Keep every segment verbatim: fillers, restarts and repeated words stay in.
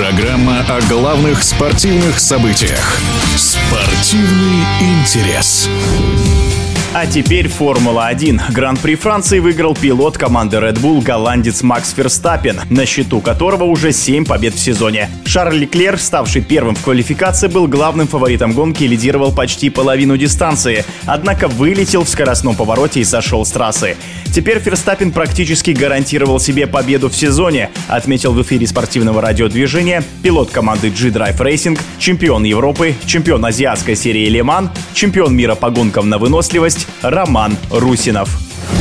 Программа о главных спортивных событиях. Спортивный интерес. А теперь Формула один. Гран-при Франции выиграл пилот команды Red Bull, голландец Макс Ферстаппен, на счету которого уже семь побед в сезоне. Шарль Леклер, ставший первым в квалификации, был главным фаворитом гонки и лидировал почти половину дистанции, однако вылетел в скоростном повороте и сошел с трассы. Теперь Ферстаппен практически гарантировал себе победу в сезоне, отметил в эфире спортивного радиодвижения пилот команды G-Drive Racing, чемпион Европы, чемпион азиатской серии Le Mans, чемпион мира по гонкам на выносливость Роман Русинов.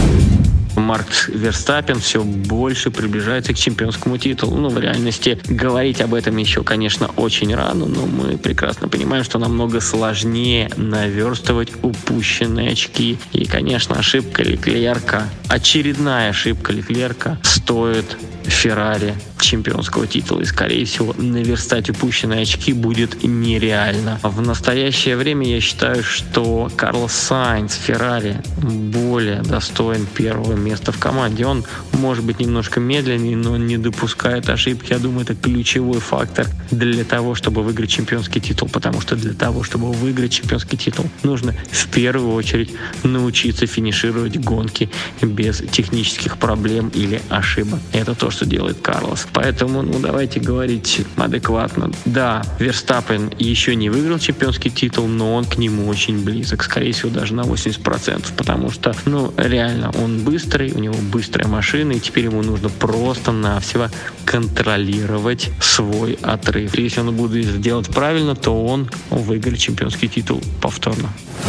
Макс Верстаппен все больше приближается к чемпионскому титулу. Ну, в реальности говорить об этом еще, конечно, очень рано, но мы прекрасно понимаем, что намного сложнее наверстывать упущенные очки. И, конечно, ошибка Леклерка, очередная ошибка Леклерка стоит Феррари чемпионского титула, и, скорее всего, наверстать упущенные очки будет нереально. В настоящее время я считаю, что Карлос Сайнц Феррари более достоин первого места в команде. Он может быть немножко медленнее, но не допускает ошибки. Я думаю, это ключевой фактор для того, чтобы выиграть чемпионский титул, потому что для того, чтобы выиграть чемпионский титул, нужно в первую очередь научиться финишировать гонки без технических проблем или ошибок. Это то, что делает Карлос. Поэтому, ну, давайте говорить адекватно. Да, Верстаппен еще не выиграл чемпионский титул, но он к нему очень близок. Скорее всего, даже на восемьдесят процентов, потому что, ну, реально, он быстрый, у него быстрая машина, и теперь ему нужно просто-навсего контролировать свой отрыв. Если он будет сделать правильно, то он выиграет чемпионский титул повторно.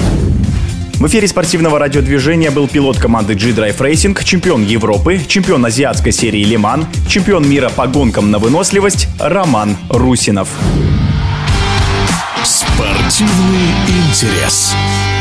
В эфире спортивного радиодвижения был пилот команды G-Drive Racing, чемпион Европы, чемпион азиатской серии Le Mans, чемпион мира по гонкам на выносливость Роман Русинов. Спортивный интерес.